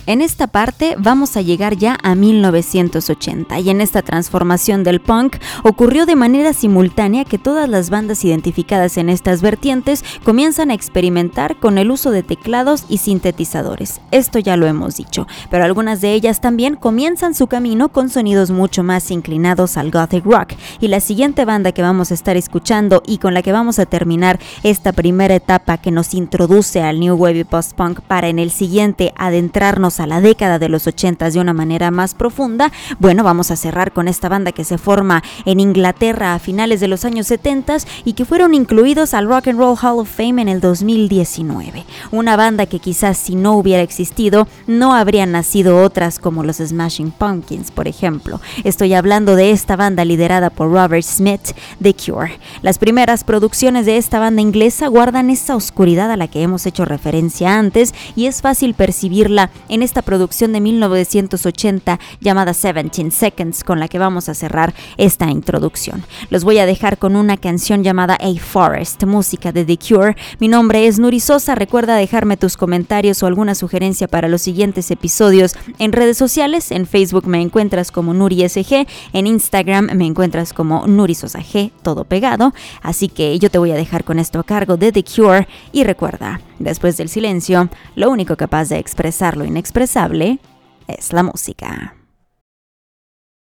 En esta parte vamos a llegar ya a 1980 y en esta transformación del punk ocurrió de manera simultánea que todas las bandas identificadas en estas vertientes comienzan a experimentar con el uso de teclados y sintetizadores. Esto ya lo hemos dicho, pero algunas de ellas también comienzan su camino con sonidos mucho más inclinados al gothic rock, y la siguiente banda que vamos a estar escuchando y con la que vamos a terminar esta primera etapa que nos introduce al new wave y post-punk para en el siguiente adentrarnos a la década de los 80 de una manera más profunda. Bueno, vamos a cerrar con esta banda que se forma en Inglaterra a finales de los años 70 y que fueron incluidos al Rock and Roll Hall of Fame en el 2019. Una banda que quizás si no hubiera existido, no habrían nacido otras como los Smashing Pumpkins, por ejemplo. Estoy hablando de esta banda liderada por Robert Smith, The Cure. Las primeras producciones de esta banda inglesa guardan esa oscuridad a la que hemos hecho referencia antes y es fácil percibirla en esta producción de 1980 llamada 17 Seconds, con la que vamos a cerrar esta introducción. Los voy a dejar con una canción llamada A Forest, música de The Cure. Mi nombre es Nuri Sosa. Recuerda dejarme tus comentarios o alguna sugerencia para los siguientes episodios en redes sociales. En Facebook me encuentras como NuriSG, en Instagram me encuentras como Nuri Sosa G, todo pegado. Así que yo te voy a dejar con esto a cargo de The Cure y recuerda, después del silencio, lo único capaz de expresar lo inexpresable es la música.